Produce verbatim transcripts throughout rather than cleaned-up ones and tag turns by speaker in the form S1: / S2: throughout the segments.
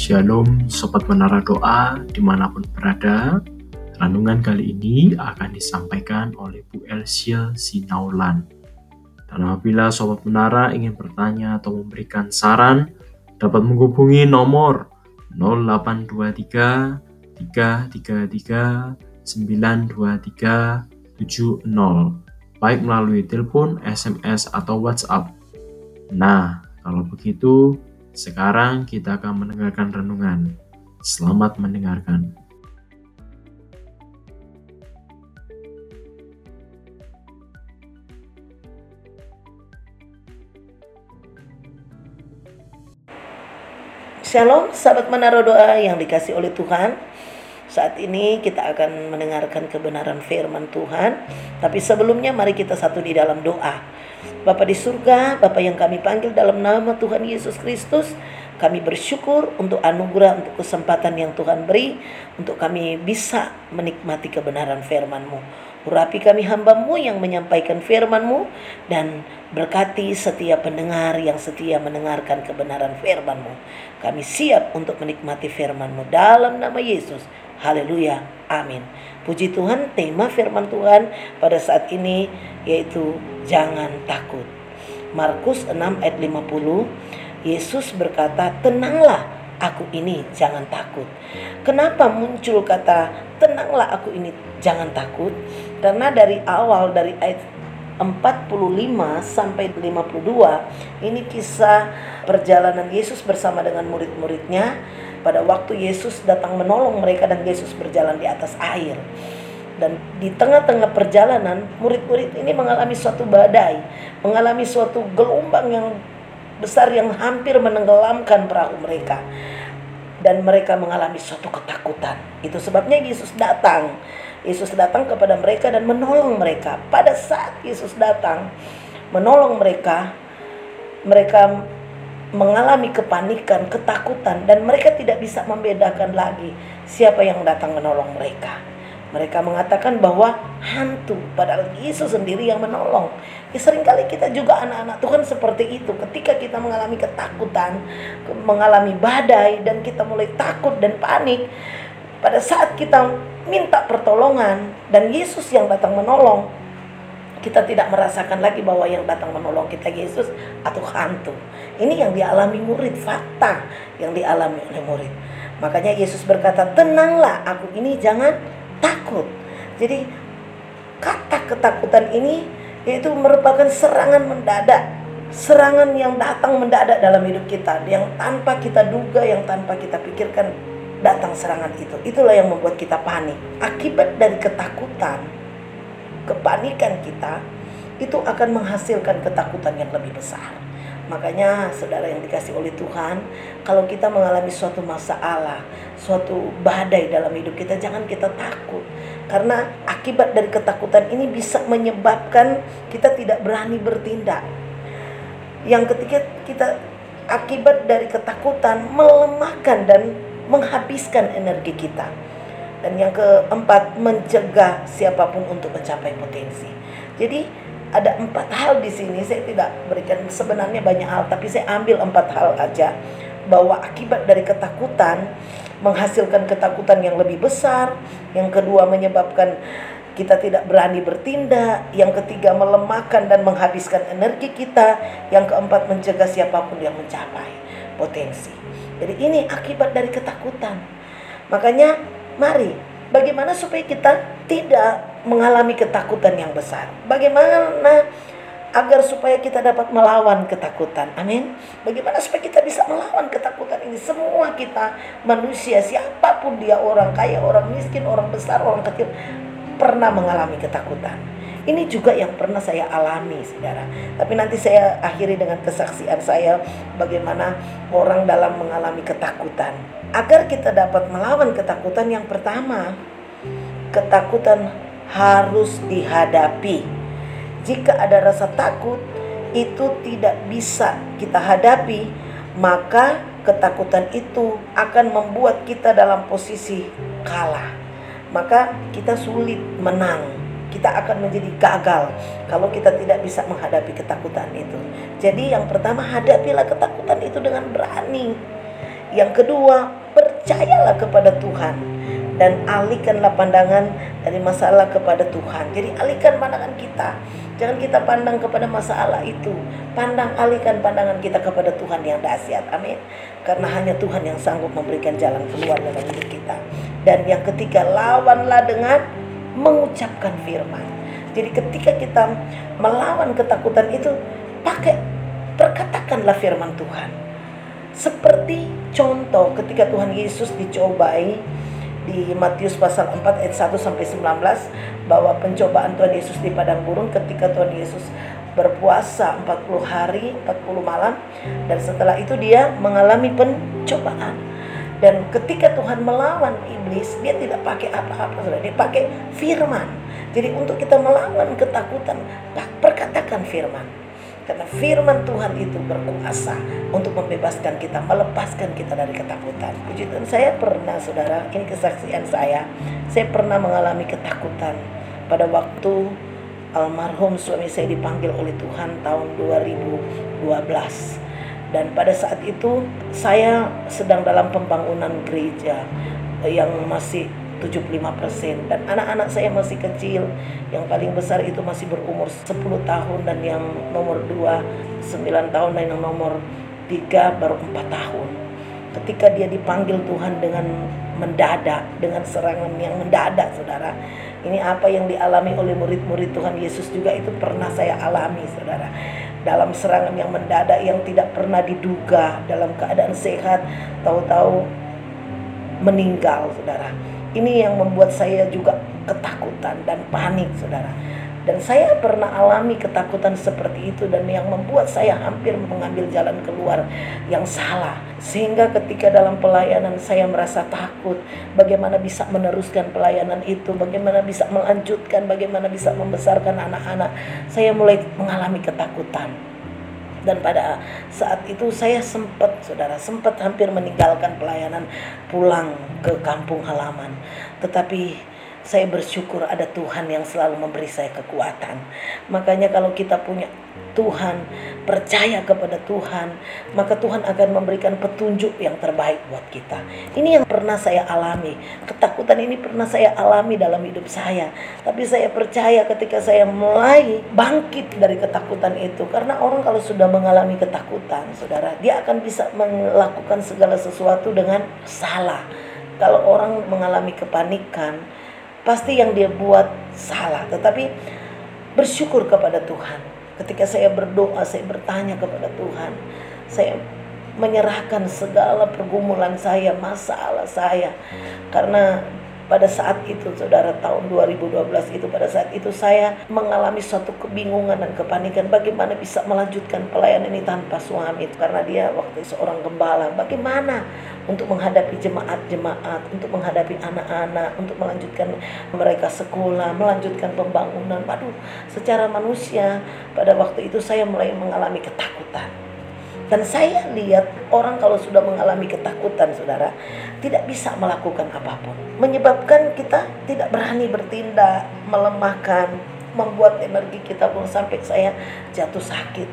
S1: Shalom Sobat Menara Doa dimanapun berada. Renungan kali ini akan disampaikan oleh Bu Elsie Sinaulan. Dan apabila Sobat Menara ingin bertanya atau memberikan saran, dapat menghubungi nomor nol delapan dua tiga tiga tiga tiga sembilan dua tiga tujuh nol, baik melalui telepon, S M S, atau WhatsApp. Nah, kalau begitu, sekarang kita akan mendengarkan renungan. Selamat mendengarkan.
S2: Shalom sahabat Menara Doa yang dikasih oleh Tuhan. Saat ini kita akan mendengarkan kebenaran firman Tuhan. Tapi sebelumnya mari kita satu di dalam doa. Bapa di surga, Bapa yang kami panggil dalam nama Tuhan Yesus Kristus, kami bersyukur untuk anugerah, untuk kesempatan yang Tuhan beri, untuk kami bisa menikmati kebenaran firman-Mu. Urapi kami hamba-Mu yang menyampaikan firman-Mu, dan berkati setiap pendengar yang setia mendengarkan kebenaran firman-Mu. Kami siap untuk menikmati firman-Mu dalam nama Yesus. Haleluya, amin. Puji Tuhan, tema firman Tuhan pada saat ini yaitu jangan takut. Markus enam ayat lima puluh, Yesus berkata, tenanglah, aku ini jangan takut. Kenapa muncul kata tenanglah aku ini jangan takut? Karena dari awal, dari ayat empat puluh lima sampai lima puluh dua, ini kisah perjalanan Yesus bersama dengan murid-muridnya pada waktu Yesus datang menolong mereka dan Yesus berjalan di atas air. Dan di tengah-tengah perjalanan, murid-murid ini mengalami suatu badai, mengalami suatu gelombang yang besar yang hampir menenggelamkan perahu mereka. Dan mereka mengalami suatu ketakutan. Itu sebabnya Yesus datang. Yesus datang kepada mereka dan menolong mereka. Pada saat Yesus datang menolong mereka, mereka mengalami kepanikan, ketakutan, dan mereka tidak bisa membedakan lagi siapa yang datang menolong mereka. Mereka mengatakan bahwa hantu, padahal Yesus sendiri yang menolong. Ya, seringkali kita juga anak-anak Tuhan seperti itu. Ketika kita mengalami ketakutan, mengalami badai, dan kita mulai takut dan panik, pada saat kita minta pertolongan dan Yesus yang datang menolong, kita tidak merasakan lagi bahwa yang datang menolong kita Yesus atau hantu. Ini yang dialami murid, fakta yang dialami oleh murid. Makanya Yesus berkata, tenanglah, aku ini jangan takut. Jadi kata ketakutan ini yaitu merupakan serangan mendadak, serangan yang datang mendadak dalam hidup kita, yang tanpa kita duga, yang tanpa kita pikirkan datang serangan itu. Itulah yang membuat kita panik. Akibat dari ketakutan, kepanikan kita itu akan menghasilkan ketakutan yang lebih besar. Makanya saudara yang dikasih oleh Tuhan, kalau kita mengalami suatu masalah, suatu badai dalam hidup kita, jangan kita takut. Karena akibat dari ketakutan ini bisa menyebabkan kita tidak berani bertindak. Yang ketiga, kita akibat dari ketakutan melemahkan dan menghabiskan energi kita. Dan yang keempat, mencegah siapapun untuk mencapai potensi. Jadi ada empat hal di sini. Saya tidak berikan sebenarnya banyak hal, tapi saya ambil empat hal aja. Bahwa akibat dari ketakutan menghasilkan ketakutan yang lebih besar. Yang kedua, menyebabkan kita tidak berani bertindak. Yang ketiga, melemahkan dan menghabiskan energi kita. Yang keempat, mencegah siapapun yang mencapai potensi. Jadi ini akibat dari ketakutan. Makanya mari, bagaimana supaya kita tidak mengalami ketakutan yang besar? Bagaimana agar supaya kita dapat melawan ketakutan? Amin. Bagaimana supaya kita bisa melawan ketakutan ini? Semua kita manusia, siapapun dia, orang kaya, orang miskin, orang besar, orang kecil, pernah mengalami ketakutan. Ini juga yang pernah saya alami, saudara. Tapi nanti saya akhiri dengan kesaksian saya bagaimana orang dalam mengalami ketakutan. Agar kita dapat melawan ketakutan, yang pertama, ketakutan harus dihadapi. Jika ada rasa takut itu tidak bisa kita hadapi, maka ketakutan itu akan membuat kita dalam posisi kalah. Maka kita sulit menang. Kita akan menjadi gagal kalau kita tidak bisa menghadapi ketakutan itu. Jadi yang pertama, hadapilah ketakutan itu dengan berani. Yang kedua, percayalah kepada Tuhan dan alihkanlah pandangan dari masalah kepada Tuhan. Jadi alihkan pandangan kita. Jangan kita pandang kepada masalah itu. Pandang, alihkan pandangan kita kepada Tuhan yang dahsyat. Amin. Karena hanya Tuhan yang sanggup memberikan jalan keluar dalam hidup kita. Dan yang ketiga, lawanlah dengan mengucapkan firman. Jadi ketika kita melawan ketakutan itu, pakai perkatakanlah firman Tuhan. Seperti contoh ketika Tuhan Yesus dicobai di Matius pasal empat ayat satu sampai sembilan belas, bahwa pencobaan Tuhan Yesus di padang gurun ketika Tuhan Yesus berpuasa empat puluh hari empat puluh malam, dan setelah itu dia mengalami pencobaan. Dan ketika Tuhan melawan iblis, dia tidak pakai apa-apa, dia pakai firman. Jadi untuk kita melawan ketakutan, perkatakan firman. Karena firman Tuhan itu berkuasa untuk membebaskan kita, melepaskan kita dari ketakutan. Puji Tuhan, saya pernah, saudara, ini kesaksian saya. Saya pernah mengalami ketakutan pada waktu almarhum suami saya dipanggil oleh Tuhan tahun dua ribu dua belas. Dan pada saat itu saya sedang dalam pembangunan gereja yang masih tujuh puluh lima persen, dan anak-anak saya masih kecil. Yang paling besar itu masih berumur sepuluh tahun, dan yang nomor dua sembilan tahun, dan yang nomor tiga baru empat tahun. Ketika dia dipanggil Tuhan dengan mendadak, dengan serangan yang mendadak, saudara. Ini apa yang dialami oleh murid-murid Tuhan Yesus juga itu pernah saya alami, saudara. Dalam serangan yang mendadak yang tidak pernah diduga, dalam keadaan sehat, tahu-tahu meninggal, saudara. Ini yang membuat saya juga ketakutan dan panik, saudara. Dan saya pernah alami ketakutan seperti itu, dan yang membuat saya hampir mengambil jalan keluar yang salah. Sehingga ketika dalam pelayanan saya merasa takut, bagaimana bisa meneruskan pelayanan itu, bagaimana bisa melanjutkan, bagaimana bisa membesarkan anak-anak. Saya mulai mengalami ketakutan. Dan pada saat itu saya sempat, saudara, sempat hampir meninggalkan pelayanan, pulang ke kampung halaman. Tetapi saya bersyukur ada Tuhan yang selalu memberi saya kekuatan. Makanya kalau kita punya Tuhan, percaya kepada Tuhan, maka Tuhan akan memberikan petunjuk yang terbaik buat kita. Ini yang pernah saya alami. Ketakutan ini pernah saya alami dalam hidup saya. Tapi saya percaya ketika saya mulai bangkit dari ketakutan itu. Karena orang kalau sudah mengalami ketakutan, saudara, dia akan bisa melakukan segala sesuatu dengan salah. Kalau orang mengalami kepanikan, pasti yang dia buat salah. Tetapi bersyukur kepada Tuhan. Ketika saya berdoa, saya bertanya kepada Tuhan. Saya menyerahkan segala pergumulan saya, masalah saya. Karena pada saat itu, saudara, tahun dua ribu dua belas itu, pada saat itu saya mengalami suatu kebingungan dan kepanikan. Bagaimana bisa melanjutkan pelayanan ini tanpa suami? Karena dia waktu seorang gembala. Bagaimana untuk menghadapi jemaat-jemaat, untuk menghadapi anak-anak, untuk melanjutkan mereka sekolah, melanjutkan pembangunan. Waduh, secara manusia pada waktu itu saya mulai mengalami ketakutan. Dan saya lihat orang kalau sudah mengalami ketakutan, saudara, tidak bisa melakukan apapun. Menyebabkan kita tidak berani bertindak, melemahkan, membuat energi kita pun sampai saya jatuh sakit.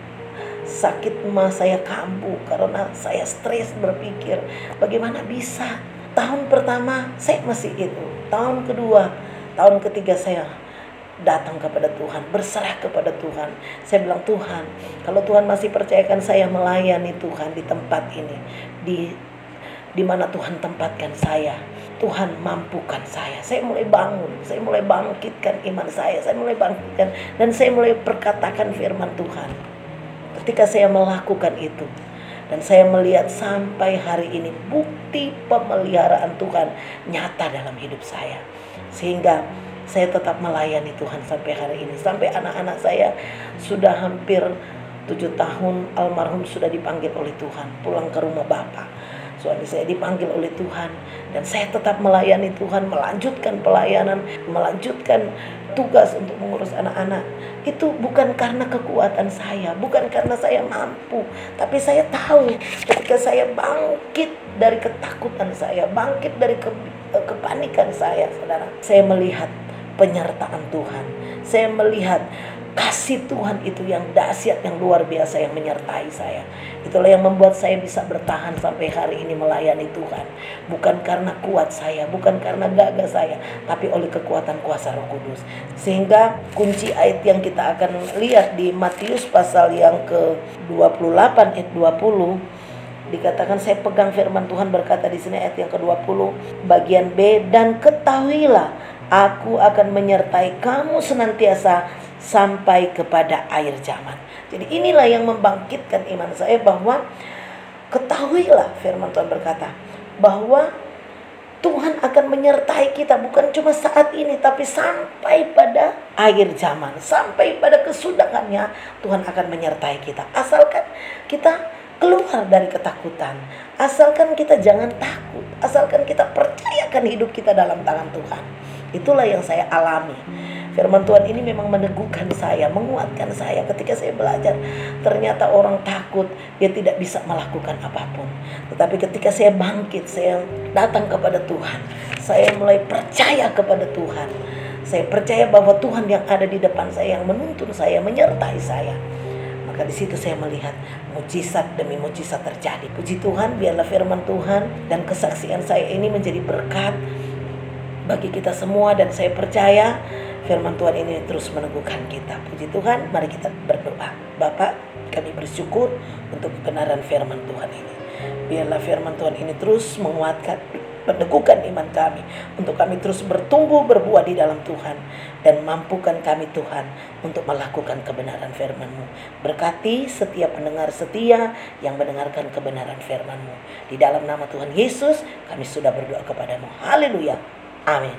S2: Sakit mah saya kambuh karena saya stres berpikir bagaimana bisa. Tahun pertama saya masih itu. Tahun kedua, tahun ketiga saya datang kepada Tuhan, berserah kepada Tuhan. Saya bilang, Tuhan, kalau Tuhan masih percayakan saya melayani Tuhan di tempat ini, di di mana Tuhan tempatkan saya, Tuhan mampukan saya. Saya mulai bangun, saya mulai bangkitkan iman saya, saya mulai bangkitkan, dan saya mulai perkatakan firman Tuhan. Ketika saya melakukan itu, dan saya melihat sampai hari ini bukti pemeliharaan Tuhan nyata dalam hidup saya, sehingga saya tetap melayani Tuhan sampai hari ini. Sampai anak-anak saya sudah hampir tujuh tahun, almarhum sudah dipanggil oleh Tuhan pulang ke rumah Bapa. Suami saya dipanggil oleh Tuhan, dan saya tetap melayani Tuhan, melanjutkan pelayanan, melanjutkan tugas untuk mengurus anak-anak. Itu bukan karena kekuatan saya, bukan karena saya mampu, tapi saya tahu ketika saya bangkit dari ketakutan saya, bangkit dari ke, kepanikan saya, saudara, saya melihat penyertaan Tuhan. Saya melihat kasih Tuhan itu yang dahsyat, yang luar biasa yang menyertai saya. Itulah yang membuat saya bisa bertahan sampai hari ini melayani Tuhan. Bukan karena kuat saya, bukan karena gagah saya, tapi oleh kekuatan kuasa Roh Kudus. Sehingga kunci ayat yang kita akan lihat di Matius pasal yang ke dua puluh delapan ayat dua puluh, dikatakan, saya pegang firman Tuhan berkata di sini ayat yang ke dua puluh bagian B, dan ketahuilah aku akan menyertai kamu senantiasa sampai kepada akhir zaman. Jadi inilah yang membangkitkan iman saya, bahwa ketahuilah, firman Tuhan berkata bahwa Tuhan akan menyertai kita bukan cuma saat ini, tapi sampai pada akhir zaman, sampai pada kesudahannya Tuhan akan menyertai kita. Asalkan kita keluar dari ketakutan, asalkan kita jangan takut, asalkan kita percayakan hidup kita dalam tangan Tuhan. Itulah yang saya alami. Firman Tuhan ini memang meneguhkan saya, menguatkan saya ketika saya belajar. Ternyata orang takut, dia tidak bisa melakukan apapun. Tetapi ketika saya bangkit, saya datang kepada Tuhan, saya mulai percaya kepada Tuhan. Saya percaya bahwa Tuhan yang ada di depan saya, yang menuntun saya, menyertai saya. Maka di situ saya melihat mujizat demi mujizat terjadi. Puji Tuhan, biarlah firman Tuhan dan kesaksian saya ini menjadi berkat bagi kita semua, dan saya percaya firman Tuhan ini terus meneguhkan kita. Puji Tuhan, mari kita berdoa. Bapa, kami bersyukur untuk kebenaran firman Tuhan ini. Biarlah firman Tuhan ini terus menguatkan, meneguhkan iman kami, untuk kami terus bertumbuh berbuah di dalam Tuhan, dan mampukan kami Tuhan untuk melakukan kebenaran firman-Mu. Berkati setiap pendengar setia yang mendengarkan kebenaran firman-Mu. Di dalam nama Tuhan Yesus kami sudah berdoa kepadamu. Haleluya. Amin.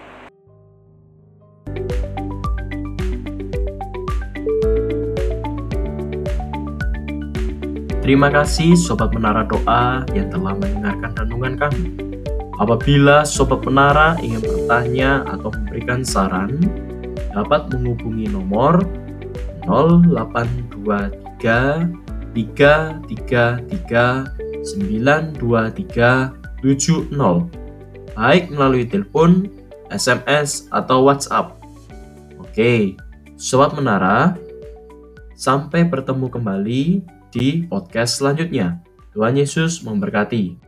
S1: Terima kasih Sobat Menara Doa yang telah mendengarkan renungan kami. Apabila Sobat Menara ingin bertanya atau memberikan saran, dapat menghubungi nomor nol delapan dua tiga tiga tiga tiga sembilan dua tiga tujuh nol, baik melalui telepon, S M S, atau WhatsApp. Oke, Sobat Menara, sampai bertemu kembali di podcast selanjutnya. Tuhan Yesus memberkati.